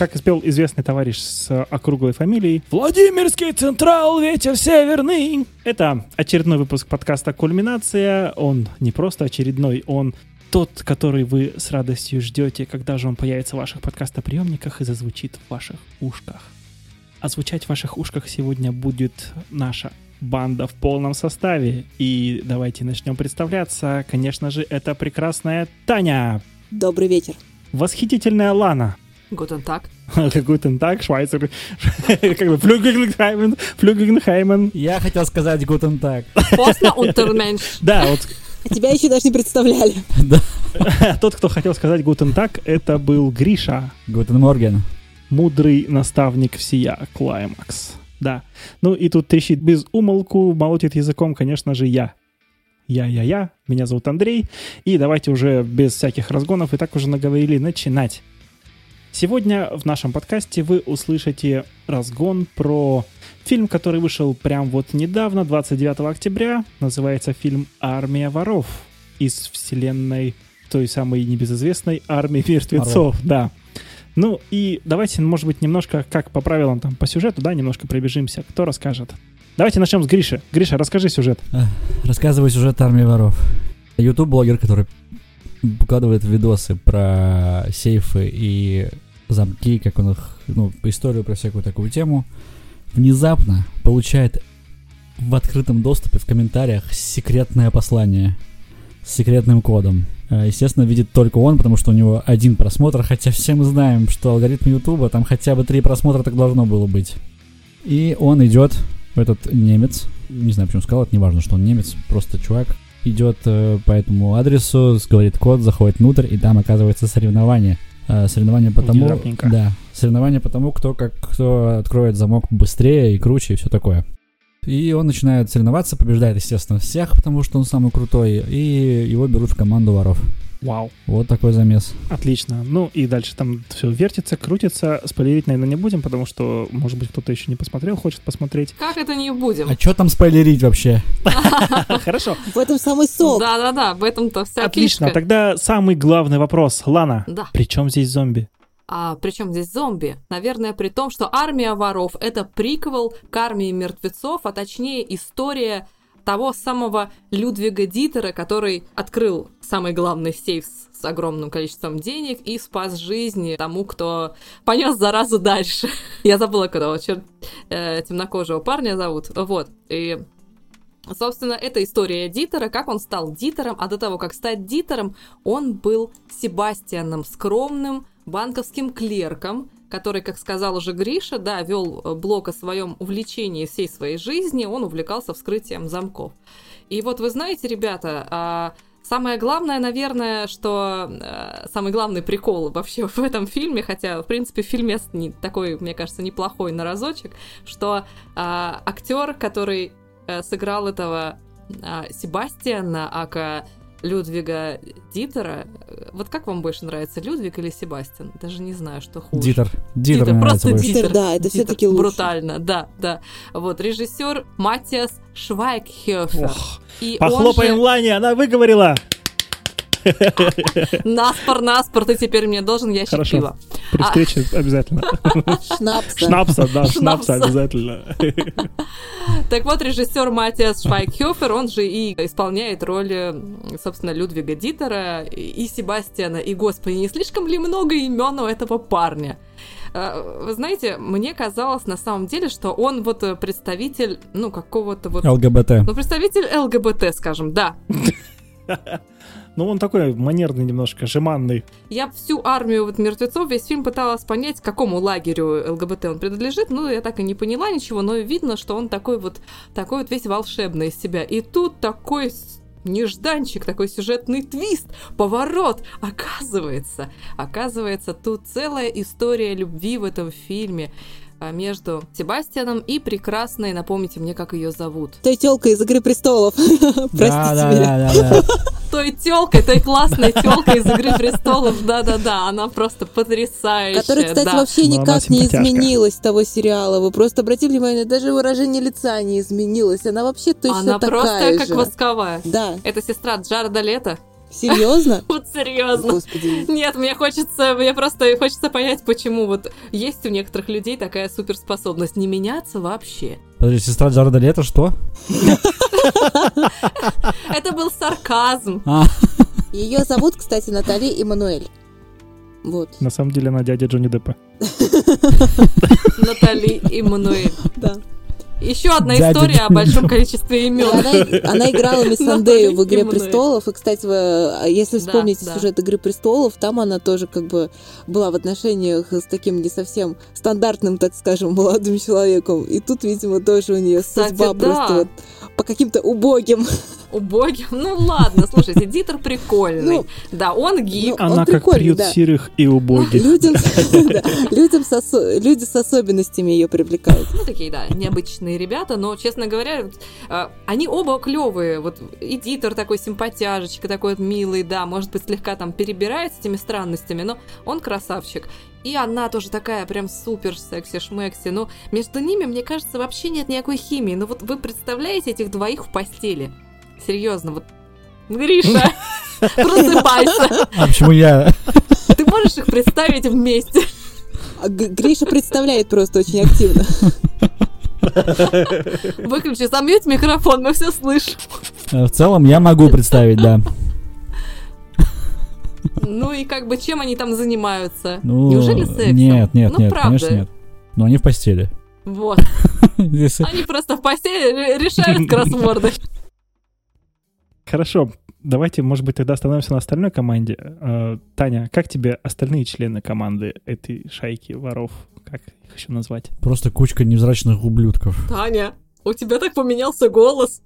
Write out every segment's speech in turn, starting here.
как спел известный товарищ с округлой фамилией, Владимирский Централ, ветер северный. Это очередной выпуск подкаста «Кульминация». Он не просто очередной, он тот, который вы с радостью ждете, когда же он появится в ваших подкастоприемниках и зазвучит в ваших ушках. А звучать в ваших ушках сегодня будет наша банда в полном составе. И давайте начнем представляться. Конечно же, это прекрасная Таня. Добрый вечер. Восхитительная Лана. Guten Tag. Guten Tag, Швайцер. Флюгенхаймен. Я хотел сказать Guten Tag. Постно Untermensch. Да, вот. А тебя еще даже не представляли. Тот, кто хотел сказать Guten Tag, это был Гриша. Guten Morgen. Мудрый наставник всея, Клаймакс. Да. Ну и тут трещит без умолку, молотит языком, конечно же, я. Меня зовут Андрей. И давайте уже без всяких разгонов, и так уже наговорили, начинать. Сегодня в нашем подкасте вы услышите разгон про фильм, который вышел прям вот недавно, 29 октября. Называется фильм «Армия воров» из вселенной той самой небезызвестной «Армии мертвецов». Да. Ну и давайте, может быть, немножко, как по правилам, там, по сюжету, да, немножко пробежимся. Кто расскажет? Давайте начнем с Гриши. Гриша, расскажи сюжет. Рассказываю сюжет «Армии воров». Ютуб-блогер, который выкладывает видосы про сейфы и замки, как он их, историю про всякую такую тему, внезапно получает в открытом доступе в комментариях секретное послание с секретным кодом. Естественно, видит только он, потому что у него один просмотр, хотя все мы знаем, что алгоритм Ютуба, там хотя бы 3 просмотра так должно было быть. И он идет, этот немец, не знаю, почему сказал, это не важно, что он немец, просто чувак, идет по этому адресу, говорит код, заходит внутрь, и там оказывается соревнование. Соревнование по тому, кто откроет замок быстрее и круче и все такое. И он начинает соревноваться, побеждает, естественно, всех, потому что он самый крутой, и его берут в команду воров. Вау. Вот такой замес. Отлично. Ну и дальше там все вертится, крутится. Спойлерить, наверное, не будем, потому что, может быть, кто-то еще не посмотрел, хочет посмотреть. Как это не будем? А что там спойлерить вообще? Хорошо. В этом самый сок. Да, в этом-то вся Отлично. фишка. Тогда самый главный вопрос. Лана, Да. при чем здесь зомби? А при чем здесь зомби? Наверное, при том, что «Армия воров» — это приквел к «Армии мертвецов», а точнее история того самого Людвига Дитера, который открыл самый главный сейф с огромным количеством денег и спас жизни тому, кто понес заразу дальше. Я забыла, как его темнокожего парня зовут. Вот. И, собственно, это история Дитера, как он стал Дитером, а до того, как стать Дитером, он был Себастьяном, скромным банковским клерком, который, как сказал уже Гриша, да, вел блог о своем увлечении всей своей жизни, он увлекался вскрытием замков. И вот вы знаете, ребята, самое главное, наверное, что самый главный прикол вообще в этом фильме, хотя, в принципе, фильмец такой, мне кажется, неплохой на разочек, что актер, который сыграл этого Себастьяна, ака Людвига Дитера. Вот как вам больше нравится, Людвиг или Себастьян? Даже не знаю, что хуже. Дитер мне просто нравится Дитер. Да, это все-таки лучше. Брутально, да. Вот, режиссер Матиас Швайгхёфер. И похлопаем Лане, она выговорила! Наспор, ты теперь мне должен ящик пива. При встрече обязательно. Шнапса обязательно. Так вот, режиссер Матиас Швайгхёфер, он же и исполняет роль, собственно, Людвига Дитера и Себастьяна. И, господи, не слишком ли много имен у этого парня? Вы знаете, мне казалось на самом деле, что он вот представитель, какого-то вот... ЛГБТ. Представитель ЛГБТ, скажем, да. Ну, он такой манерный немножко, жеманный. Я всю армию мертвецов, весь фильм пыталась понять, к какому лагерю ЛГБТ он принадлежит. Я так и не поняла ничего, но видно, что он такой вот весь волшебный из себя. И тут такой нежданчик, такой сюжетный твист, поворот. Оказывается, тут целая история любви в этом фильме между Себастьяном и прекрасной, напомните мне, как ее зовут. Той тёлкой из «Игры престолов». Простите меня. Да. Той классной тёлкой из «Игры престолов», да-да-да, она просто потрясающая. Которая, кстати, вообще никак не изменилась с того сериала. Вы просто обратили внимание, даже выражение лица не изменилось. Она вообще точно такая же. Она просто как восковая. Да. Это сестра Джареда Лето. Серьезно? Вот серьезно. Господи. Нет, мне просто хочется понять, почему вот есть у некоторых людей такая суперспособность не меняться вообще. Подожди, сестра Джареда Лето, что? Это был сарказм. Ее зовут, кстати, Натали Эммануэль. Вот. На самом деле она дядя Джонни Деппа. Натали Эммануэль. Да. Еще одна Дядя история о Джонни большом Депп. количестве имен. Она играла Миссандею в «Игре Натали престолов». И, кстати, если вспомнить Да. сюжет «Игры престолов», там она тоже как бы была в отношениях с таким не совсем стандартным, так скажем, молодым человеком. И тут, видимо, тоже у нее Кстати, судьба да. просто вот по каким-то убогим. Убогим. Ну ладно, слушайте, Дитер прикольный. Ну, Да, он гиб. Он Она как прикольный, приют да. сирых и убогих. Людям, да, люди с особенностями ее привлекают. Ну, такие, да, необычные ребята, но, честно говоря, они оба клевые. Вот и Дитер такой симпатяжечка, такой вот милый, да, может быть, слегка там перебирает с этими странностями, но он красавчик. И она тоже такая прям супер секси-шмекси. Но между ними, мне кажется, вообще нет никакой химии. Ну вот вы представляете этих двоих в постели? Серьезно, вот Гриша, просыпайся. А почему я? Ты можешь их представить вместе? А Гриша представляет просто очень активно. Выключи, замьють микрофон, мы все слышим. В целом я могу представить, да. Ну и как бы чем они там занимаются? Ну, Неужели сексом? Нет, Ну, правда. конечно нет. Но они в постели. Вот. Здесь- Они просто в постели решают кроссворды. Хорошо, давайте, может быть, тогда остановимся на остальной команде. Таня, как тебе остальные члены команды этой шайки воров? Как их еще назвать? Просто кучка невзрачных ублюдков. Таня, у тебя так поменялся голос.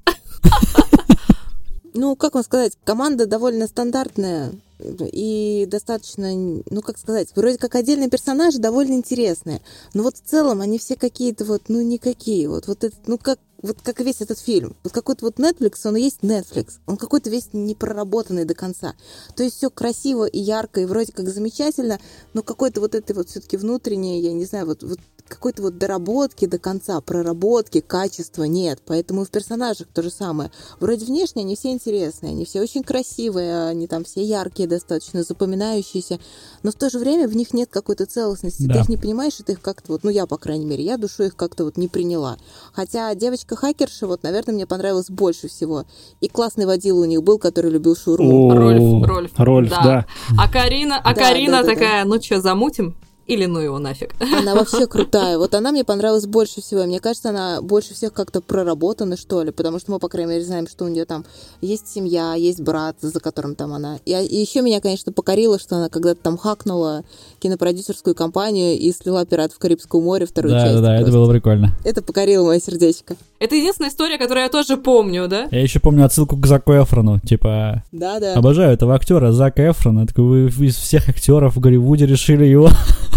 Ну, как вам сказать, команда довольно стандартная и достаточно, ну, как сказать, вроде как отдельные персонажи довольно интересные. Но вот в целом они все какие-то вот, ну, никакие. Вот это, ну, как весь этот фильм. Вот какой-то вот Netflix, он и есть Netflix. Он какой-то весь не проработанный до конца. То есть все красиво и ярко, и вроде как замечательно, но какой-то вот этой вот все-таки внутренней, я не знаю, вот какой-то вот доработки до конца, проработки, качества нет. Поэтому и в персонажах то же самое. Вроде внешне они все интересные, они все очень красивые, они там все яркие, достаточно запоминающиеся, но в то же время в них нет какой-то целостности. Да. Ты их не понимаешь, и ты их как-то вот, ну я, по крайней мере, я душой их как-то вот не приняла. Хотя девочка-хакерша, вот, наверное, мне понравилась больше всего. И классный водила у них был, который любил шуру. Рольф, да. А Карина Да. такая, ну что, замутим? Или ну его нафиг. Она вообще крутая. Вот она мне понравилась больше всего. Мне кажется, она больше всех как-то проработана, что ли, потому что мы, по крайней мере, знаем, что у нее там есть семья, есть брат, за которым там она. И еще меня, конечно, покорило, что она когда-то там хакнула кинопродюсерскую компанию и слила «Пиратов Карибского моря» вторую часть. Да, это просто. было прикольно. Это покорило мое сердечко. Это единственная история, которую я тоже помню, да? Я еще помню отсылку к Заку Эфрону, типа... Да. Обожаю этого актера, Зака Эфрона. Я такой, вы из всех актеров в Голливуде решили его.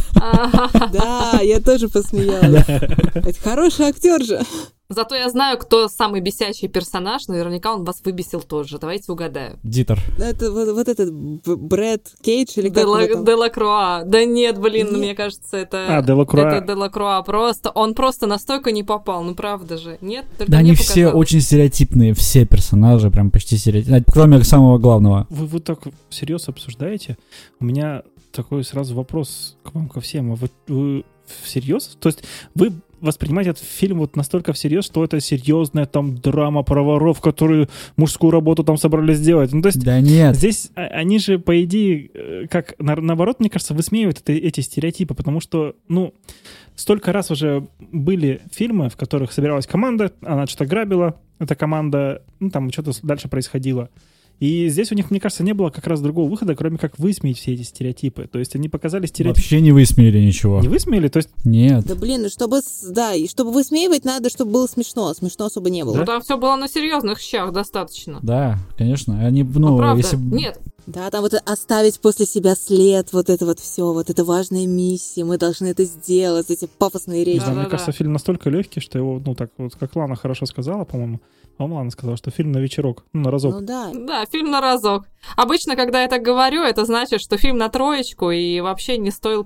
Да, я тоже посмеялась. Это хороший актер же. Зато я знаю, кто самый бесячий персонаж. Наверняка он вас выбесил тоже. Давайте угадаю. Дитер. Это вот этот Брэд Кейдж или как его там? Делакруа. Да нет, блин, Нет. мне кажется, это... Делакруа. Это Делакруа. Он просто настолько не попал. Ну, правда же. Нет? Только Да, мне они все показалось. очень стереотипные, все персонажи, прям почти стереотипные. Кроме самого главного. Вы вот так всерьез обсуждаете? У меня такой сразу вопрос к вам, ко всем. А вы всерьез? То есть вы воспринимаете этот фильм вот настолько всерьез, что это серьезная там драма про воров, которые мужскую работу там собрались сделать? Ну, то есть Да нет. здесь они же, по идее, как наоборот, мне кажется, высмеивают эти стереотипы, потому что, ну, столько раз уже были фильмы, в которых собиралась команда, она что-то грабила, эта команда, ну, там что-то дальше происходило. И здесь у них, мне кажется, не было как раз другого выхода, кроме как высмеять все эти стереотипы. То есть они показали стереотипы. Вообще не высмеяли ничего. Не высмеяли? То есть Нет. Да блин, и чтобы высмеивать, надо, чтобы было смешно. Смешно особо не было. Ну, там все было на серьезных щах достаточно. Да, конечно. Они, Ну, правда. если... Нет. Да, там вот оставить после себя след, вот это вот все, вот это важная миссия, мы должны это сделать, эти пафосные не речи. знаю, мне Да-да-да. кажется, фильм настолько легкий, что его, ну так вот, как Лана хорошо сказала, по-моему, Милана сказала, что фильм на вечерок, на разок. Ну да. Да, фильм на разок. Обычно, когда я так говорю, это значит, что фильм на троечку и вообще не стоил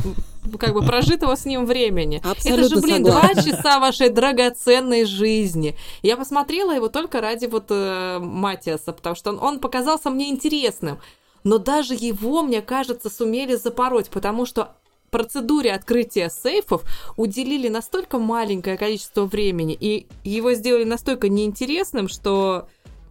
прожитого с ним времени. Абсолютно это же, блин, согласна. 2 часа вашей драгоценной жизни. Я посмотрела его только ради Матиаса, потому что он показался мне интересным. Но даже его, мне кажется, сумели запороть, потому что процедуре открытия сейфов уделили настолько маленькое количество времени, и его сделали настолько неинтересным, что,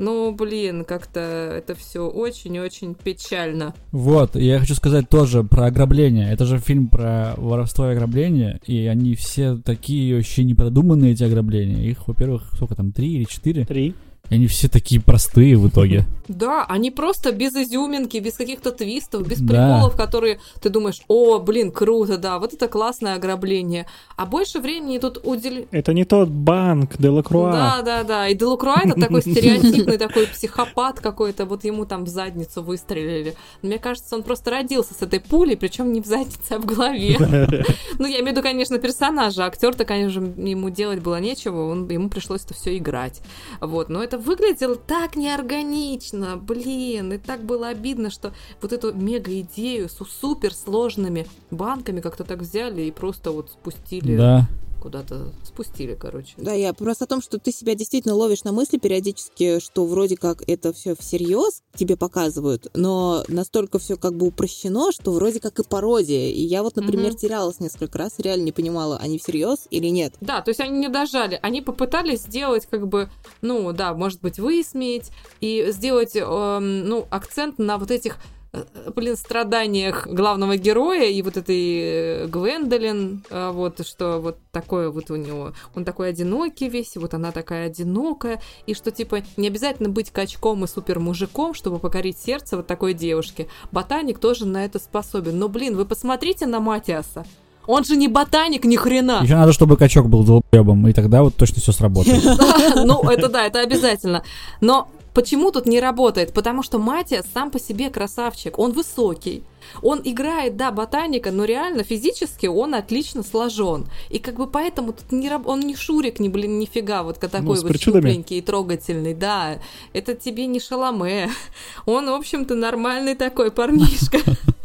как-то это все очень-очень печально. Вот, я хочу сказать тоже про ограбление. Это же фильм про воровство и ограбление, и они все такие вообще непродуманные, эти ограбления. Их, во-первых, сколько там, 3 или 4? 3. И они все такие простые в итоге. Да, они просто без изюминки, без каких-то твистов, без Да. приколов, которые ты думаешь, о, блин, круто, да, вот это классное ограбление. А больше времени тут уделили... Это не тот банк Делакруа. Да. И Делакруа это такой стереотипный такой психопат какой-то, вот ему там в задницу выстрелили. Мне кажется, он просто родился с этой пулей, причем не в заднице, а в голове. Ну, я имею в виду, конечно, персонажа. Актер-то, конечно, ему делать было нечего, ему пришлось это все играть. Вот, но это выглядело так неорганично, блин, и так было обидно, что вот эту мега-идею с суперсложными банками как-то так взяли и просто вот спустили. Да. Куда-то спустили, короче. Да, я просто о том, что ты себя действительно ловишь на мысли периодически, что вроде как это все всерьез тебе показывают, но настолько все как бы упрощено, что вроде как и пародия. И я вот, например, терялась несколько раз, реально не понимала, они всерьез или нет. Да, то есть они не дожали. Они попытались сделать как бы, может быть, высмеять и сделать, акцент на вот этих страданиях главного героя и вот этой Гвендолин, вот, что вот такое вот у него, он такой одинокий весь, вот она такая одинокая, и что, типа, не обязательно быть качком и супермужиком, чтобы покорить сердце вот такой девушки. Ботаник тоже на это способен. Но, блин, вы посмотрите на Матиаса. Он же не ботаник, ни хрена. Еще надо, чтобы качок был долбоебом, и тогда вот точно все сработает. Это обязательно. Но почему тут не работает? Потому что Матиас сам по себе красавчик. Он высокий. Он играет, да, ботаника, но реально физически он отлично сложен. И как бы поэтому тут он не Шурик, нифига, вот такой вот щупленький и трогательный. Да, это тебе не Шаломе. Он, в общем-то, нормальный такой парнишка.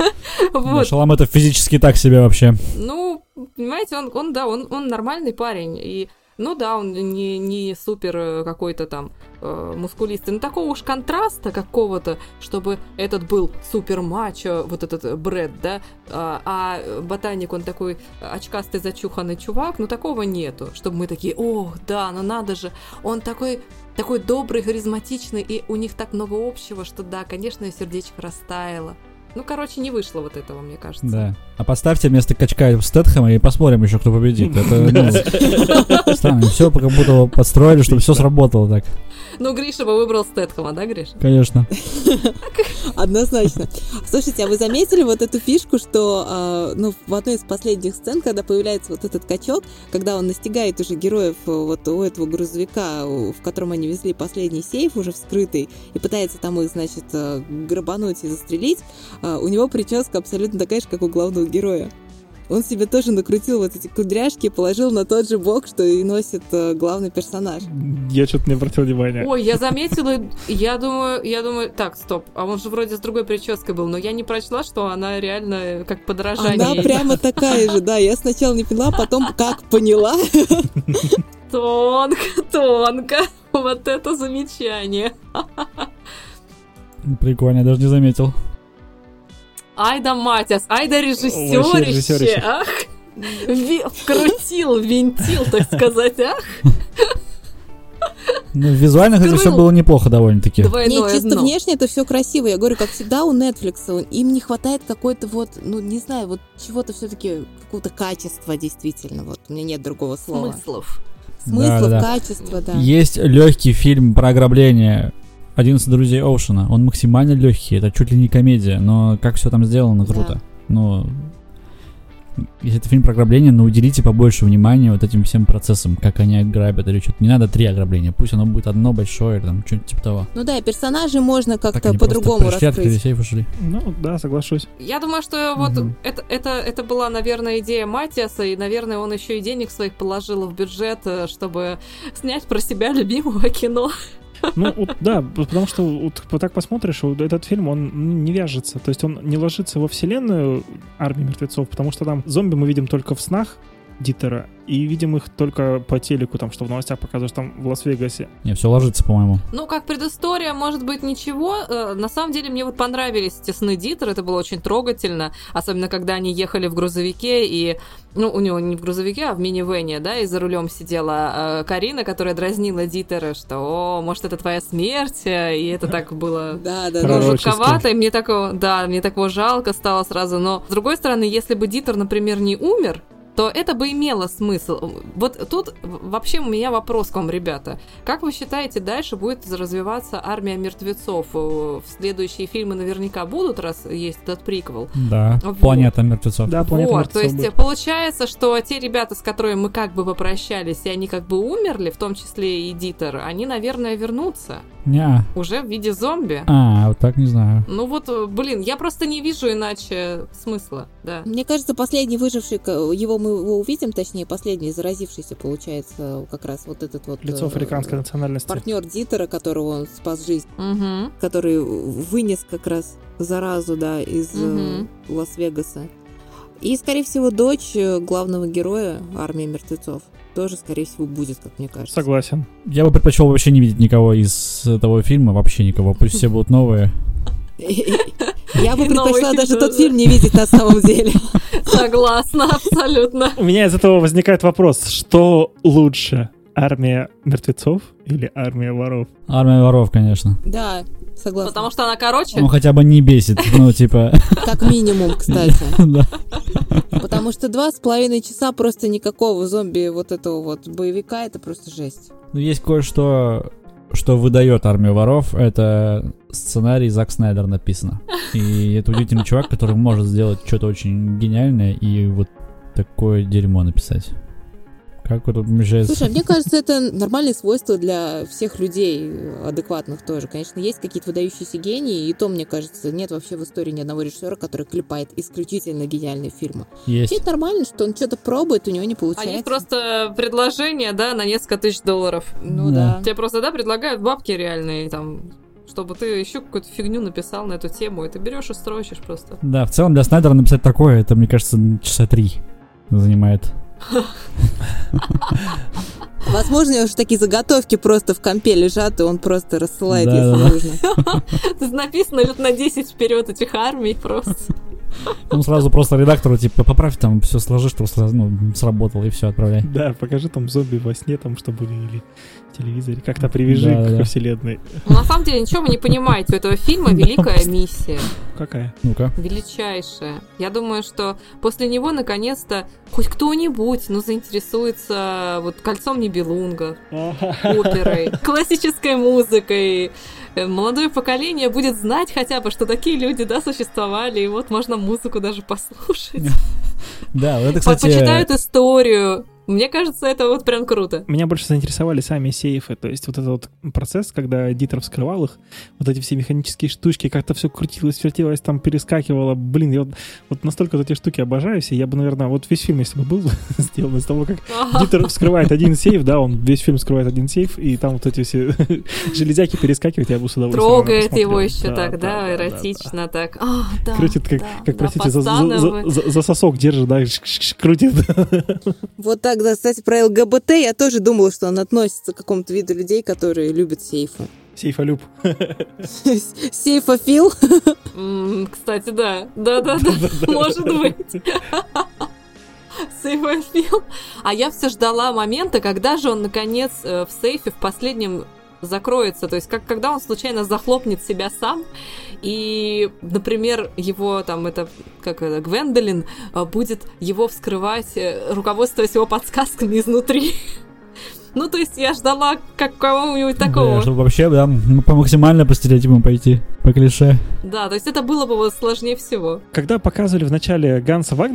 Шаломе это физически так себе вообще. Понимаете, он нормальный парень. И он не супер какой-то там мускулистый, но такого уж контраста какого-то, чтобы этот был супер мачо, вот этот Брэд, да, а ботаник, он такой очкастый, зачуханный чувак, такого нету, чтобы мы такие, да, надо же, он такой добрый, харизматичный, и у них так много общего, что да, конечно, сердечко растаяло. Не вышло вот этого, мне кажется. Да. А поставьте вместо качка Стэтхэма и посмотрим еще, кто победит. Это странно. Все как будто подстроили, чтобы все сработало так. Гриша бы выбрал Стэтхэма, да, Гриш? Конечно. Однозначно. Слушайте, а вы заметили вот эту фишку, что в одной из последних сцен, когда появляется вот этот качок, когда он настигает уже героев вот у этого грузовика, в котором они везли последний сейф, уже вскрытый, и пытается там их, значит, грабануть и застрелить, у него прическа абсолютно такая же, как у главного героя. Он себе тоже накрутил вот эти кудряшки и положил на тот же бок, что и носит главный персонаж. Я что-то не обратил внимания. Ой, я заметила, я думаю, так, стоп, а он же вроде с другой прической был, но я не прочла, что она реально как подражание. Она прямо такая же, да, я сначала не поняла, потом как поняла. Тонко, вот это замечание. Прикольно, я даже не заметил. Ай да Матиас, ай да режиссерище, ах, вкрутил, винтил, так сказать, ах. Визуально, хотя все было неплохо довольно-таки. Не, чисто внешне это все красиво. Я говорю, как всегда у Netflix, им не хватает какой-то вот, не знаю, вот чего-то все-таки, какого-то качества действительно. Вот у меня нет другого слова. Смыслов, да. Качества, да. Есть легкий фильм про ограбление. 11 друзей Оушена. Он максимально легкий, это чуть ли не комедия, но как все там сделано, круто. Да. если это фильм про ограбление, но уделите побольше внимания вот этим всем процессам, как они грабят или что-то. Не надо 3 ограбления, пусть оно будет одно большое или там что-нибудь типа того. Ну да, и персонажей можно Так как-то они по-другому просто пришли, открыли раскрыть. сейф и ушли. Ну, да, соглашусь. Я думаю, что вот это была, наверное, идея Матиаса, и, наверное, он еще и денег своих положил в бюджет, чтобы снять про себя любимого кино. Ну, вот, да, потому что вот так посмотришь, вот этот фильм, он не вяжется. То есть он не ложится во вселенную «Армии мертвецов», потому что там зомби мы видим только в снах Дитера, и видим их только по телеку, там, что в новостях показывают, там, в Лас-Вегасе. Не, все ложится, по-моему. Ну, как предыстория, может быть, ничего. На самом деле, мне вот понравились эти сны Дитера, это было очень трогательно, особенно когда они ехали в грузовике, и, ну, у него не в грузовике, а в минивэне, да, и за рулем сидела Карина, которая дразнила Дитера, что, о, может, это твоя смерть, и это так было... Да. Ну, жутковато, и мне такого жалко стало сразу, но, с другой стороны, если бы Дитер, например, не умер, то это бы имело смысл. Вот тут вообще у меня вопрос к вам, ребята. Как вы считаете, дальше будет развиваться «Армия мертвецов»? В следующие фильмы наверняка будут, раз есть этот приквел. Да, Вот. «Планета мертвецов». Да, «Планета Вот, мертвецов» то есть будет. получается, что те ребята, с которыми мы как бы попрощались, и они как бы умерли, в том числе и Дитер, они, наверное, вернутся Неа. уже в виде зомби. Вот так не знаю. Ну вот, блин, я просто не вижу иначе смысла, да. Мне кажется, последний выживший, мы его увидим, точнее, последний заразившийся, получается, как раз вот этот вот... Лицо африканской национальности. Партнер Дитера, которого он спас жизнь, Угу. который вынес как раз заразу, да, из Лас-Вегаса. И, скорее всего, дочь главного героя «Армии мертвецов» тоже, скорее всего, будет, как мне кажется. Согласен. Я бы предпочел вообще не видеть никого из того фильма, вообще никого. Пусть все будут новые. Я бы Новый предпочла фильм, даже да. тот фильм не видеть на самом деле. Согласна, абсолютно. У меня из этого возникает вопрос, что лучше, «Армия мертвецов» или «Армия воров»? «Армия воров», конечно. Да, согласна. Потому что она короче. Он хотя бы не бесит, ну, типа... Как минимум, кстати. Да. Потому что 2,5 часа просто никакого зомби вот этого вот боевика, это просто жесть. Ну, есть кое-что, что выдает «Армию воров», это сценарий Зак Снайдер написано. И это удивительный чувак, который может сделать что-то очень гениальное и вот такое дерьмо написать. Как вот тут помещается? Слушай, мне кажется, это нормальные свойства для всех людей адекватных тоже. Конечно, есть какие-то выдающиеся гении, и то, мне кажется, нет вообще в истории ни одного режиссера, который клепает исключительно гениальные фильмы. Есть. И это нормально, что он что-то пробует, у него не А получается. есть просто предложение, да, на несколько тысяч $. Ну Да. да. Тебе просто, да, предлагают бабки реальные, там, чтобы ты еще какую-то фигню написал на эту тему, и ты берешь и строчишь просто. Да, в целом для Снайдера написать такое, это, мне кажется, часа 3 занимает. Возможно, у него уже такие заготовки просто в компе лежат, и он просто рассылает, Да, если да, да. нужно. Тут написано лет на 10 вперед этих армий просто. Он сразу просто редактору, типа, поправь там, все сложи, чтобы сработало, и все, отправляй. Да, покажи там зомби во сне, там, что были, или в телевизоре. Как-то привяжи Да. к вселенной. Но на самом деле ничего вы не понимаете, у этого фильма великая миссия. Какая? Ну-ка. Величайшая. Я думаю, что после него наконец-то хоть кто-нибудь, заинтересуется вот «Кольцом Нибелунга», оперой, классической музыкой. Молодое поколение будет знать хотя бы, что такие люди, да, существовали, и вот можно музыку даже послушать. Да, вот это, кстати... Почитают историю. Мне кажется, это вот прям круто. Меня больше заинтересовали сами сейфы, то есть вот этот вот процесс, когда Дитер вскрывал их, вот эти все механические штучки, как-то все крутилось, вертелось, там перескакивало. Блин, я вот настолько вот эти штуки обожаю все, я бы, наверное, вот весь фильм, если бы был сделан из того, как Дитер вскрывает один сейф, да, он весь фильм вскрывает один сейф, и там вот эти все железяки перескакивают, я бы с удовольствием Трогает посмотрел. его еще Да, так, да, да, эротично так. Да, крутит, как, да, простите, постановы. за сосок держит, да, крутит. Вот так, да, кстати, про ЛГБТ я тоже думала, что он относится к какому-то виду людей, которые любят сейфы. Сейфолюб. Сейфофил. Кстати, да. Да, может быть. Сейфофил. А я все ждала момента, когда же он, наконец, в сейфе в последнем закроется, то есть когда он случайно захлопнет себя сам, и, например, его там, Гвендолин будет его вскрывать, руководствуясь его подсказками изнутри. Ну, то есть я ждала какого-нибудь такого. Да, чтобы вообще, да, максимально по стереотипам пойти, по клише. Да, то есть это было бы вот сложнее всего. Когда показывали в начале Ганса Вагнера,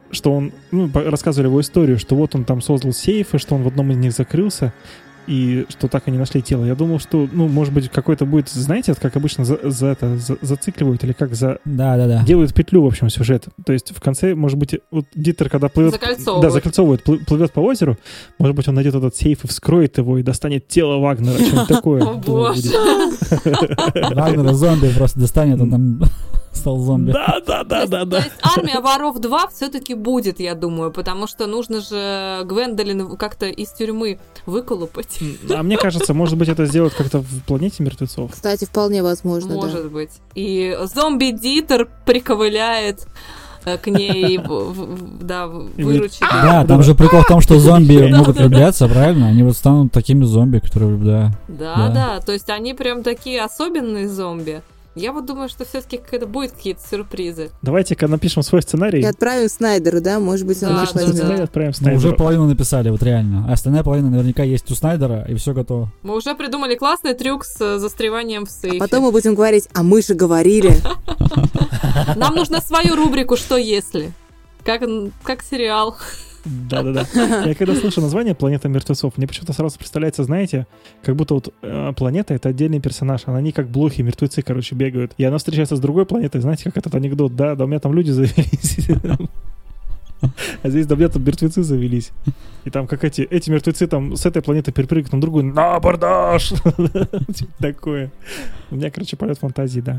что он, рассказывали его историю, что вот он там создал сейфы, что он в одном из них закрылся, и что так и не нашли тело. Я думал, что, может быть, какой-то будет, знаете, как обычно зацикливают или как Да. делают петлю, в общем, сюжет. То есть в конце, может быть, вот Дитер, когда плывет... Закольцовывает, плывет по озеру, может быть, он найдет этот сейф и вскроет его и достанет тело Вагнера, что-нибудь такое. О, боже. Вагнера зомби просто достанет, он там стал зомби. Да. То есть «Армия воров 2» все-таки будет, я думаю, потому что нужно же Гвендолин как-то из тюрьмы выколупать. А мне кажется, может быть, это сделают как-то в «Планете мертвецов». Кстати, вполне возможно, Может быть. И зомби-дитер приковыляет к ней, выручить. Да, там же прикол в том, что зомби могут влюбляться, правильно? Они вот станут такими зомби, которые влюбляют. Да, то есть они прям такие особенные зомби. Я вот думаю, что все-таки будет какие-то сюрпризы. Давайте-ка напишем свой сценарий. И отправим Снайдеру, да? Может быть, он Да. Отправим Мы Снайдеру. уже половину написали, вот реально. А остальная половина наверняка есть у Снайдера, и все готово. Мы уже придумали классный трюк с застреванием в сейфе. Потом мы будем говорить, а мы же говорили. Нам нужно свою рубрику «Что если?». Как сериал. Да. Я когда слышу название «Планета мертвецов», мне почему-то сразу представляется, знаете, как будто вот планета — это отдельный персонаж, а они как блохи, мертвецы, бегают. И она встречается с другой планетой, знаете, как этот анекдот, да, у меня там люди завелись. А здесь, у меня там мертвецы завелись. И там как эти мертвецы там с этой планеты перепрыгнут на другую, на абордаж! Такое. У меня, полет фантазии, да.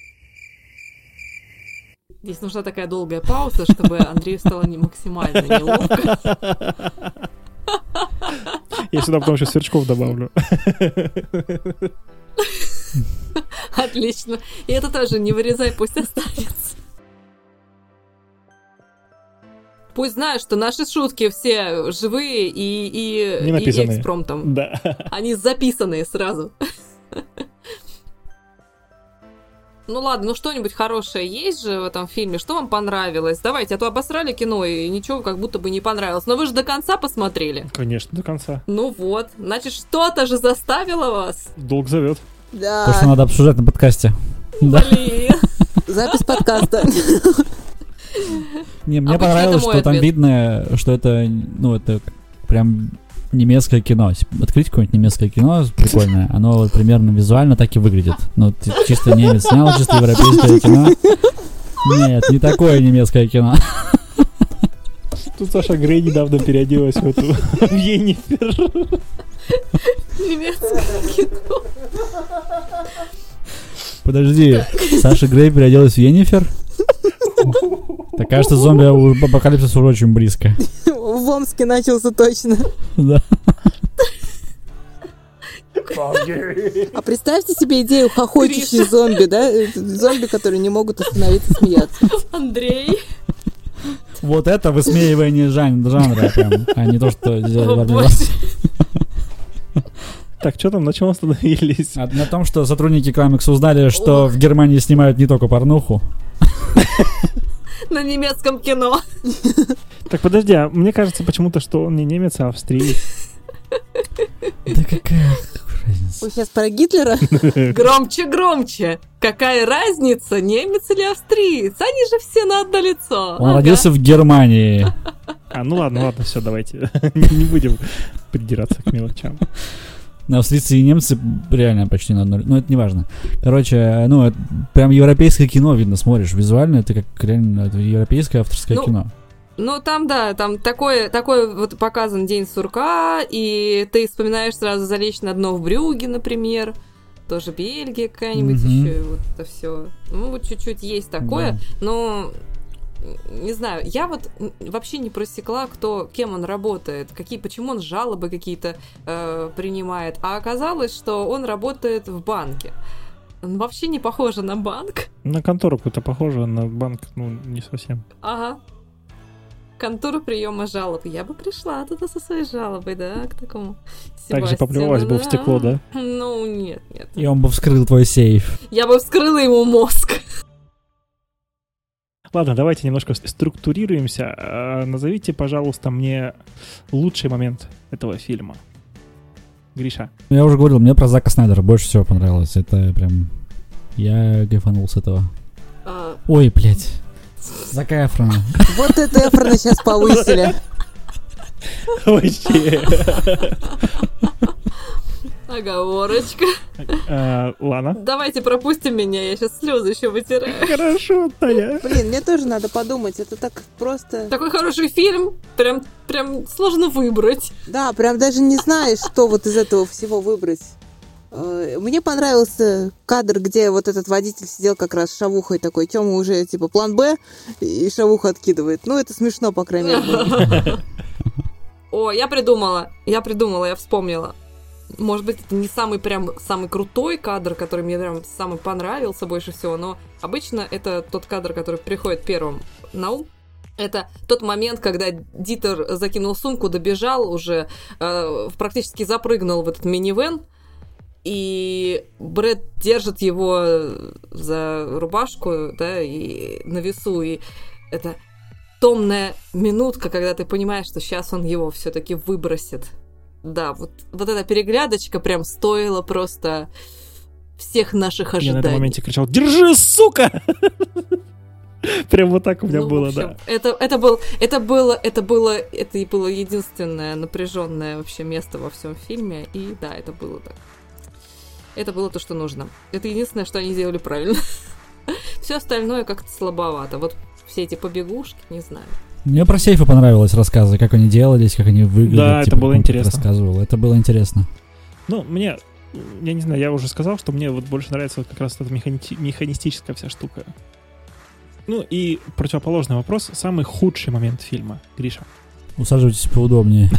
Здесь нужна такая долгая пауза, чтобы Андрею стало максимально неловко. Я сюда потом еще сверчков добавлю. Отлично. И это тоже не вырезай, пусть останется. Пусть знают, что наши шутки все живые и экспромтом. Да. Они записанные сразу. Ну ладно, что-нибудь хорошее есть же в этом фильме? Что вам понравилось? Давайте, а то обосрали кино, и ничего как будто бы не понравилось. Но вы же до конца посмотрели. Конечно, до конца. Ну вот, значит, что-то же заставило вас. Долг зовет. Да. То, что надо обсуждать на подкасте. Блин. Запись подкаста. Не, мне понравилось, что там видно, что это, это прям немецкое кино. Открыть какое-нибудь немецкое кино прикольное, оно вот примерно визуально так и выглядит. Чисто немец снял, чисто европейское кино. Нет, не такое немецкое кино. Тут Саша Грей недавно переоделась в Йеннифер. Немецкое кино. Подожди, Саша Грей переоделась в Йеннифер? Так кажется, зомби-апокалипсис уже очень близко. В Омске начался точно. Да. А представьте себе идею хохочущих зомби, да? Зомби, которые не могут остановиться смеяться. Андрей. Вот это высмеивание жанра прям, а не то, что делали в армии. Так, что там, на чем остановились? На том, что сотрудники Клаймакса узнали, что в Германии снимают не только порнуху. На немецком кино. Так, подожди, а мне кажется почему-то, что он не немец, а австриец. Да какая разница? Вы сейчас про Гитлера? Громче. Какая разница, немец или австриец? Они же все на одно лицо. Он родился в Германии. Ну ладно, все, давайте. Не будем придираться к мелочам. Австрийцы и немцы реально почти на одно... это не важно. Короче, это прям европейское кино, видно, смотришь. Визуально это как реально европейское авторское кино. Там такой вот показан день сурка, и ты вспоминаешь сразу «Залечь на дно в Брюгге», например. Тоже Бельгия какая-нибудь еще, вот это все. Вот чуть-чуть есть такое, но... Не знаю, я вот вообще не просекла, кем он работает, почему он жалобы какие-то принимает, а оказалось, что он работает в банке. Он вообще не похоже на банк. На контору какую-то похоже, на банк, не совсем. Ага. Контору приема жалоб. Я бы пришла туда со своей жалобой, да, к такому Себастьяну. Так же поплевалась бы в стекло, да? Нет. И он бы вскрыл твой сейф. Я бы вскрыла ему мозг. Ладно, давайте немножко структурируемся. Назовите, пожалуйста, мне лучший момент этого фильма. Гриша. Я уже говорил, мне про Зака Снайдера больше всего понравилось. Это прям... Я кайфанул с этого. Ой, блядь. Зак Эфрона. Вот это Эфрона сейчас повысили. Вообще. Оговорочка. Ладно. Давайте пропустим меня, я сейчас слезы еще вытираю. Хорошо, Таня. Блин, мне тоже надо подумать, это так просто... Такой хороший фильм, прям сложно выбрать. Да, прям даже не знаешь, что вот из этого всего выбрать. Мне понравился кадр, где вот этот водитель сидел как раз с шавухой такой, Тёма уже типа план Б, и шавуху откидывает. Ну, это смешно, по крайней мере. О, я придумала, я вспомнила. Может быть, это не самый крутой кадр, который мне прям самый понравился больше всего, но обычно это тот кадр, который приходит первым на ум. Это тот момент, когда Дитер закинул сумку, добежал уже, практически запрыгнул в этот минивэн, и Брэд держит его за рубашку, да, и на весу, и это томная минутка, когда ты понимаешь, что сейчас он его все-таки выбросит. Да, вот эта переглядочка прям стоила просто всех наших ожиданий. Я на этом моменте кричал: «Держи, сука!» Прям вот так у меня было, общем, да. Это было единственное напряженное вообще место во всем фильме, и да, это было так. Это было то, что нужно. Это единственное, что они сделали правильно. Все остальное как-то слабовато. Вот все эти побегушки, не знаю. Мне про сейфы понравилось рассказы, как они делались, как они выглядят. Да, это было интересно. Рассказывал. Это было интересно. Ну, я не знаю, я уже сказал, что мне вот больше нравится вот как раз эта механистическая вся штука. Ну и противоположный вопрос. Самый худший момент фильма, Гриша. Усаживайтесь поудобнее.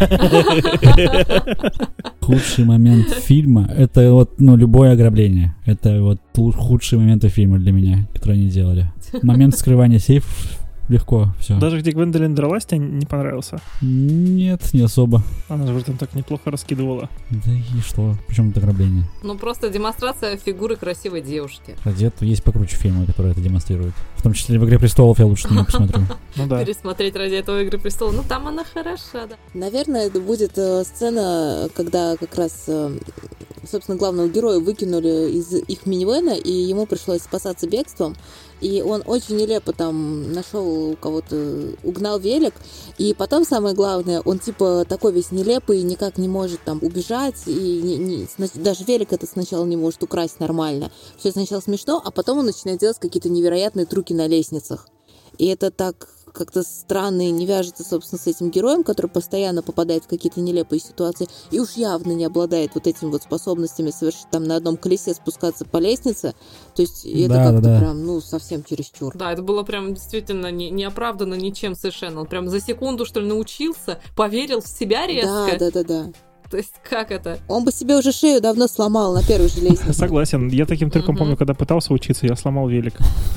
Худший момент фильма — это вот, любое ограбление. Это вот худшие моменты фильма для меня, которые они делали. Момент вскрывания сейфов легко, все. Даже где Гвендолин дралась, тебе не понравился? Нет, не особо. Она же там так неплохо раскидывала. Да и что? Причем это ограбление? Ну, просто демонстрация фигуры красивой девушки. Ради этого есть покруче фильмы, которые это демонстрируют. В том числе в «Игре престолов» я лучше не посмотрю. Ну да. Пересмотреть ради этого «Игры престолов». Ну, там она хороша, да. Наверное, это будет сцена, когда как раз, собственно, главного героя выкинули из их минивэна, и ему пришлось спасаться бегством. И он очень нелепо там нашел у кого-то, угнал велик. И потом, самое главное, он типа такой весь нелепый, никак не может там убежать. И даже велик это сначала не может украсть нормально. Все сначала смешно, а потом он начинает делать какие-то невероятные трюки на лестницах. И это так как-то странно и не вяжется, собственно, с этим героем, который постоянно попадает в какие-то нелепые ситуации и уж явно не обладает вот этими вот способностями совершить там на одном колесе спускаться по лестнице. То есть это как-то прям, совсем чересчур. Да, это было прям действительно не оправдано ничем совершенно. Он прям за секунду, что ли, научился, поверил в себя резко. Да. То есть как это? Он бы себе уже шею давно сломал на первой же лестнице. Согласен. Я таким трюком помню, когда пытался учиться, я сломал велик.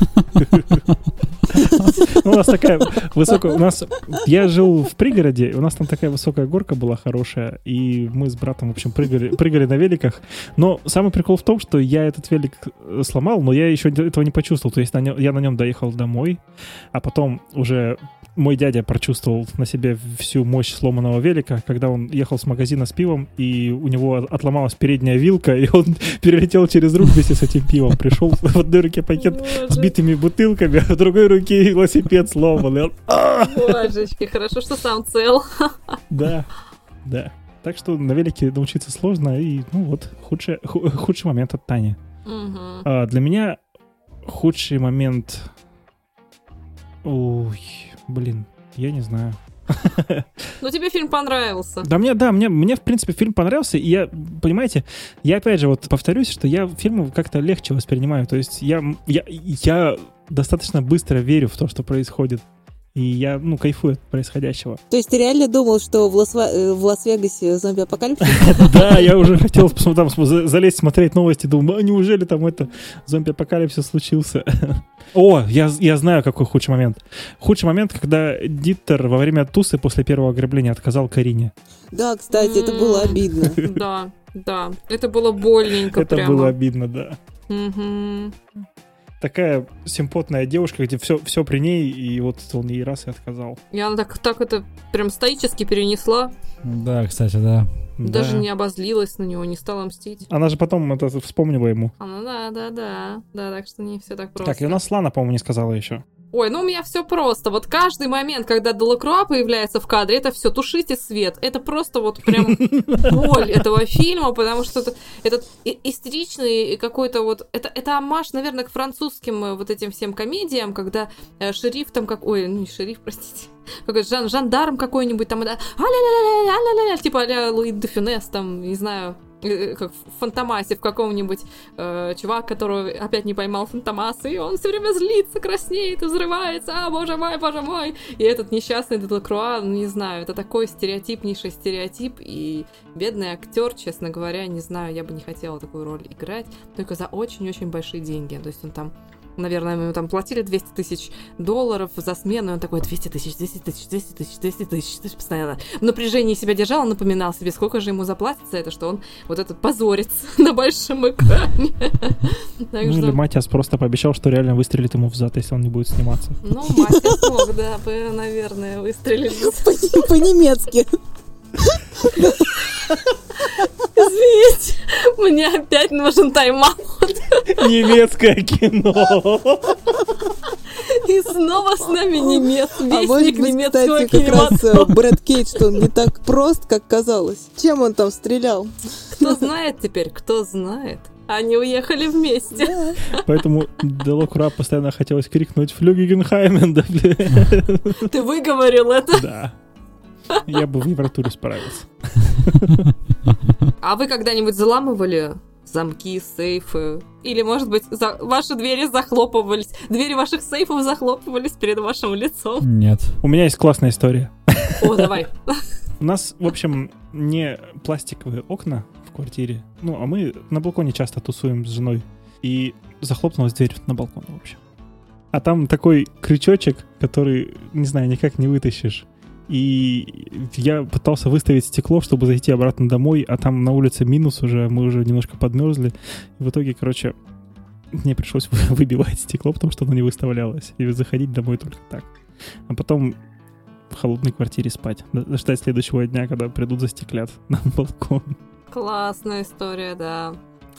У нас такая высокая... Я жил в пригороде, у нас там такая высокая горка была хорошая, и мы с братом, в общем, прыгали на великах. Но самый прикол в том, что я этот велик сломал, но я еще этого не почувствовал. То есть я на нем доехал домой, а потом уже мой дядя прочувствовал на себе всю мощь сломанного велика, когда он ехал с магазина с пивом, и у него отломалась передняя вилка, и он перелетел через руку вместе с этим пивом. Пришел в одной руке пакет с битыми бутылками, а в другой руке велосипед сломанный. Божечки, хорошо, что сам цел. Да. Так что на велике научиться сложно, и худший момент от Тани. Для меня худший момент... Ой, блин, я не знаю. Ну, тебе фильм понравился. Мне, в принципе, фильм понравился, и понимаете, я опять же вот повторюсь, что я фильмы как-то легче воспринимаю, то есть я достаточно быстро верю в то, что происходит, и я, кайфую от происходящего. То есть ты реально думал, что в Лас-Вегасе зомби-апокалипсис? Да, я уже хотел там залезть смотреть новости, думаю, неужели там зомби-апокалипсис случился? О, я знаю, какой худший момент. Худший момент, когда Диттер во время тусы после первого ограбления отказал Карине. Да, кстати, это было обидно. Да, это было больненько прямо. Это было обидно, да. Такая симпотная девушка, где все при ней, и вот он ей раз и отказал. И она так это прям стоически перенесла. Да, кстати, да. Даже не обозлилась на него, не стала мстить. Она же потом это вспомнила ему. Да, так что не все так просто. Так, и у нас Лана, по-моему, не сказала еще. Ой, ну у меня все просто. Вот каждый момент, когда Делакруа появляется в кадре, это все тушите свет. Это просто вот прям боль этого фильма, потому что этот истеричный какой-то вот... Это оммаж, наверное, к французским вот этим всем комедиям, когда шериф там как... Ой, ну не шериф, простите. Какой-то жандарм какой-нибудь там, да, типа а-ля Луи де Фюнес, там, не знаю, как в Фантомасе, в каком-нибудь чувак, которого опять не поймал Фантомас, и он все время злится, краснеет, взрывается, боже мой, и этот несчастный Делакруа, ну не знаю, это такой стереотипнейший стереотип, и бедный актер, честно говоря, не знаю, я бы не хотела такую роль играть, только за очень-очень большие деньги, то есть он там, наверное, ему там платили $200 000 за смену, и он такой 200 тысяч, постоянно в напряжении себя держал, он напоминал себе, сколько же ему заплатят за это, что он вот этот позорец на большом экране. Или Матиас просто пообещал, что реально выстрелит ему в зад, если он не будет сниматься. Ну, Матиас мог, да, наверное, выстрелить. По-немецки. Извините, мне опять нужен тайм-аут. Немецкое кино. И снова с нами вестник немецкого кстати, как раз кинематографа. Брэд Кейдж, что он не так прост, как казалось. Чем он там стрелял? Кто знает теперь, кто знает. Они уехали вместе. Да. Поэтому Делакруа постоянно хотелось крикнуть «Флюги Генхаймен», да, блин. Ты выговорил это? Да. Я бы в Евротуре справился. А вы когда-нибудь взламывали замки, сейфы? Или, может быть, ваши двери захлопывались, двери ваших сейфов захлопывались перед вашим лицом? Нет. У меня есть классная история. О, давай. У нас, в общем, не пластиковые окна в квартире. Ну, а мы на балконе часто тусуем с женой. И захлопнулась дверь на балкон, в общем. А там такой крючочек, который, не знаю, никак не вытащишь. И я пытался выставить стекло, чтобы зайти обратно домой, а там на улице минус уже, мы уже немножко подмерзли. И в итоге, короче, мне пришлось выбивать стекло, потому что оно не выставлялось. И заходить домой только так. А потом в холодной квартире спать. Ждать следующего дня, когда придут застеклят на балкон. Классная история, да.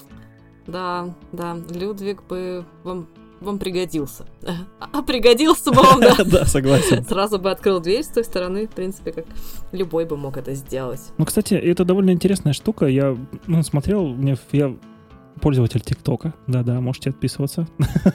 Да, Людвиг бы вам пригодился. А пригодился бы вам, да? Да, согласен. Сразу бы открыл дверь с той стороны, в принципе, как любой бы мог это сделать. Ну, кстати, это довольно интересная штука. Я смотрел, я пользователь ТикТока. Да-да, можете отписываться.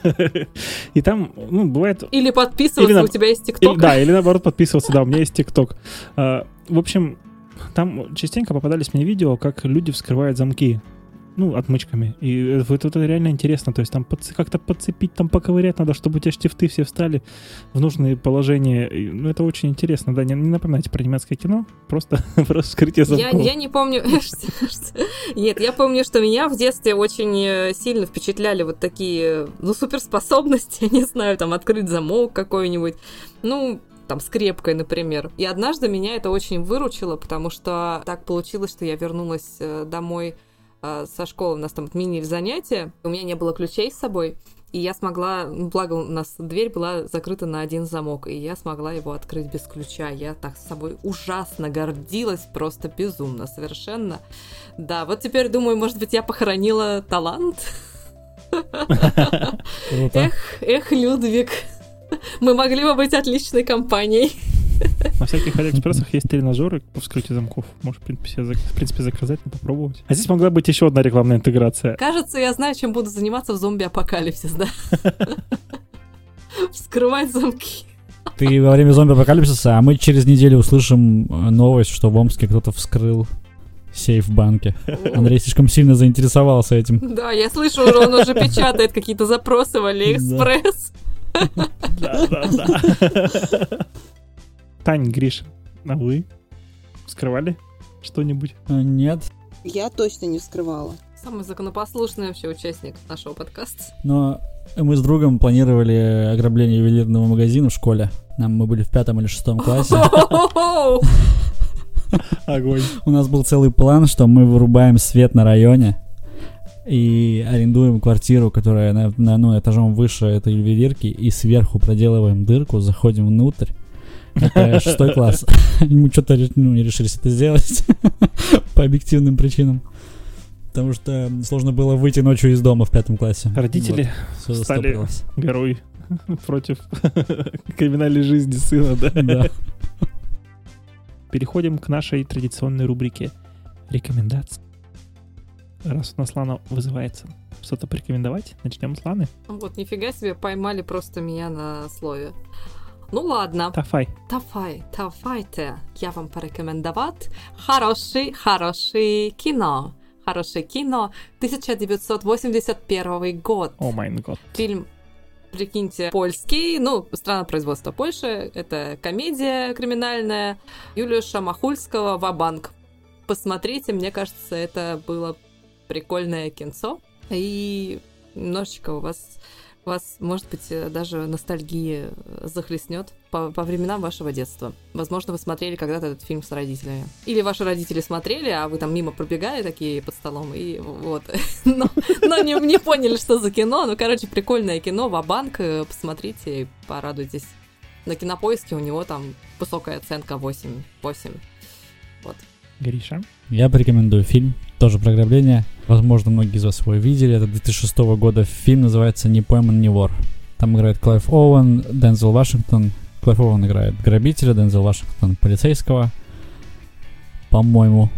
И там, бывает... Или подписываться, у тебя есть ТикТок. Да, или наоборот подписываться, да, у меня есть ТикТок. В общем, там частенько попадались мне видео, как люди вскрывают замки. Отмычками. И вот это реально интересно. То есть там как-то подцепить, там поковырять надо, чтобы у тебя штифты все встали в нужные положения. Это очень интересно. Да, не напоминайте про немецкое кино. Просто вскрытие замков. Я не помню... Нет, я помню, что меня в детстве очень сильно впечатляли вот такие, суперспособности. Я не знаю, там, открыть замок какой-нибудь. Там, скрепкой, например. И однажды меня это очень выручило, потому что так получилось, что я вернулась домой со школы, у нас там отменили занятия, у меня не было ключей с собой, и я смогла, благо у нас дверь была закрыта на один замок, и я смогла его открыть без ключа. Я так с собой ужасно гордилась, просто безумно, совершенно. Да, вот теперь думаю, может быть, я похоронила талант? Эх, Людвиг, мы могли бы быть отличной компанией. На всяких Алиэкспрессах есть тренажеры по вскрытию замков. Можешь, в принципе, заказать и попробовать. А здесь могла быть еще одна рекламная интеграция. Кажется, я знаю, чем буду заниматься в зомби-апокалипсис, да? Вскрывать замки. Ты во время зомби-апокалипсиса, а мы через неделю услышим новость, что в Омске кто-то вскрыл сейф в банке. Андрей слишком сильно заинтересовался этим. Да, я слышу, он уже печатает какие-то запросы в Алиэкспресс. Да. Тань, Гриша, а вы вскрывали что-нибудь? Нет. Я точно не вскрывала. Самый законопослушный вообще участник нашего подкаста. Но мы с другом планировали ограбление ювелирного магазина в школе. Мы были в 5 или 6 классе. Огонь. У нас был целый план, что мы вырубаем свет на районе и арендуем квартиру, которая этажом выше этой ювелирки, и сверху проделываем дырку, заходим внутрь. Это 6 класс. Мы что-то не решились это сделать по объективным причинам. Потому что сложно было выйти ночью из дома в 5 классе. Родители Вот, всё стали застопорилось. горой против криминальной жизни сына, да? Да. Переходим к нашей традиционной рубрике рекомендаций. Раз у нас Лана вызывается что-то порекомендовать, начнем с Ланы. Вот, нифига себе, поймали просто меня на слове. Ну ладно. Тафай. Давайте я вам порекомендовать хорошее кино. Хорошее кино, 1981 год. О май год. Фильм, прикиньте, польский, страна производства Польши, это комедия криминальная Юлиуша Махульского «Ва-банк». Посмотрите, мне кажется, это было прикольное кинцо, и немножечко у вас, может быть, даже ностальгия захлестнет по временам вашего детства. Возможно, вы смотрели когда-то этот фильм с родителями. Или ваши родители смотрели, а вы там мимо пробегали такие под столом, и вот. Но не поняли, что за кино. Прикольное кино, «Ва-банк». Посмотрите и порадуйтесь. На Кинопоиске у него там высокая оценка 8. Вот. Гриша. Я порекомендую фильм, тоже про ограбление. Возможно, многие из вас его видели. Это 2006 года фильм, называется «Не пойман, не вор». Там играет Клайв Оуэн, Дензел Вашингтон. Клайв Оуэн играет грабителя, Дензел Вашингтон полицейского, по-моему.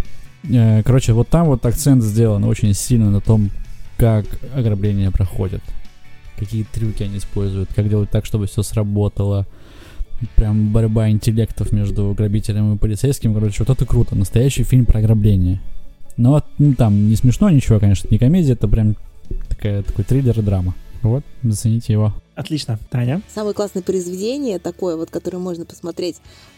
Вот там вот акцент сделан очень сильно на том, как ограбления проходят. Какие трюки они используют, как делать так, чтобы все сработало. Прям борьба интеллектов между грабителем и полицейским. Вот это круто. Настоящий фильм про ограбление. Но там не смешно ничего, конечно, не комедия, это прям такой триллер и драма. Вот, зацените его. Отлично. Таня. Самое классное произведение такое, вот, которое можно посмотреть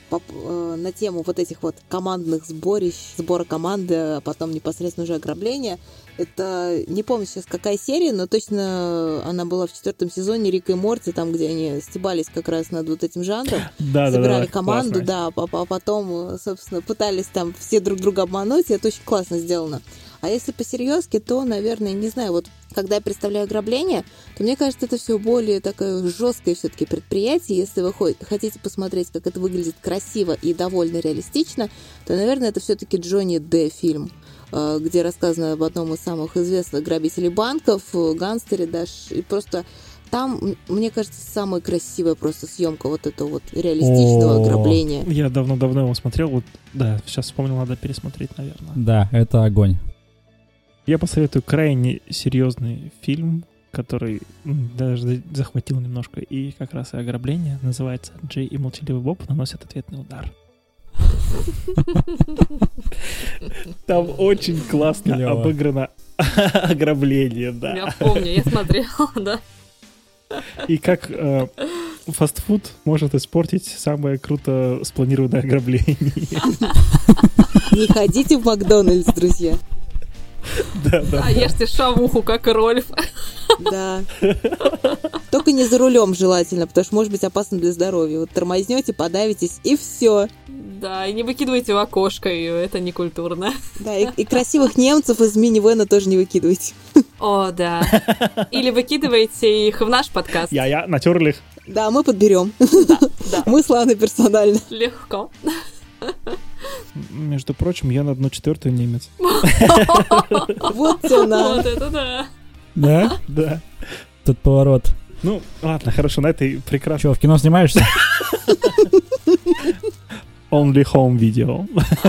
на тему вот этих вот командных сборищ, сбора команды, а потом непосредственно уже ограбления. Это, не помню сейчас какая серия, но точно она была в 4 сезоне «Рика и Морти», там, где они стебались как раз над вот этим жанром. Собирали команду, классно. Да, а потом, собственно, пытались там все друг друга обмануть, и это очень классно сделано. А если по-серьезки, то, наверное, не знаю, вот когда я представляю ограбление, то мне кажется, это все более такое жесткое все-таки предприятие. Если вы хотите посмотреть, как это выглядит красиво и довольно реалистично, то, наверное, это все-таки Джонни Д. фильм, где рассказано об одном из самых известных грабителей банков, гангстере, да, и просто там, мне кажется, самая красивая просто съемка вот этого вот реалистичного ограбления. Я давно его смотрел, вот, да, сейчас вспомнил, надо пересмотреть, наверное. Да, это огонь. Я посоветую крайне серьезный фильм, который даже захватил немножко и как раз и ограбление. Называется «Джей и молчаливый Боб наносят ответный удар». Там очень классно обыграно ограбление, да. Я помню, я смотрела, да. И как фастфуд может испортить самое круто спланированное ограбление. Не ходите в Макдональдс, друзья. Да. Ешьте шавуху, как Рольф. Да. Только не за рулем желательно, потому что может быть опасно для здоровья. Вот тормознете, подавитесь, и все. Да, и не выкидывайте в окошко ее, это некультурно. Да, и красивых немцев из минивэна тоже не выкидывайте. О, да. Или выкидывайте их в наш подкаст. Я натёрли их. Да, мы подберем. Да. Мы с Ланой персонально. Легко. Между прочим, я на 1/4 немец. Вот цена. Вот это да. Да? Да. Тут поворот. Ну, ладно, хорошо, на этой прекрасно. Чё, в кино снимаешься? Only home video.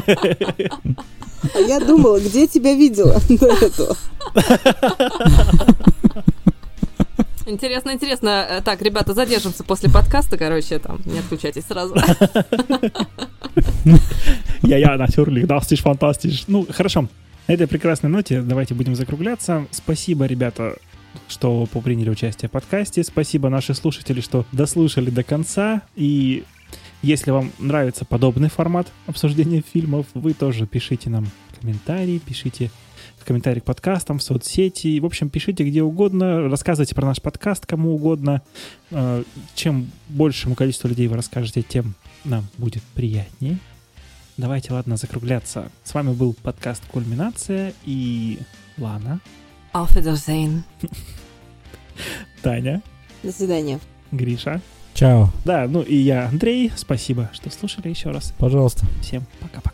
А я думала, где тебя видела до этого. Интересно. Так, ребята, задержимся после подкаста, там, не отключайтесь сразу. Я натюрлих, das ist fantastisch. Ну, хорошо. На этой прекрасной ноте давайте будем закругляться. Спасибо, ребята, что приняли участие в подкасте. Спасибо, наши слушатели, что дослушали до конца. И если вам нравится подобный формат обсуждения фильмов, вы тоже пишите нам комментарии, пишите в комментарии к подкастам, в соцсети. В общем, пишите где угодно, рассказывайте про наш подкаст кому угодно. Чем большему количеству людей вы расскажете, тем нам будет приятнее. Давайте, ладно, закругляться. С вами был подкаст «Кульминация» и Лана. Auf Wiedersehen. Таня. До свидания. Гриша. Чао. Да, ну и я, Андрей. Спасибо, что слушали еще раз. Пожалуйста. Всем пока-пока.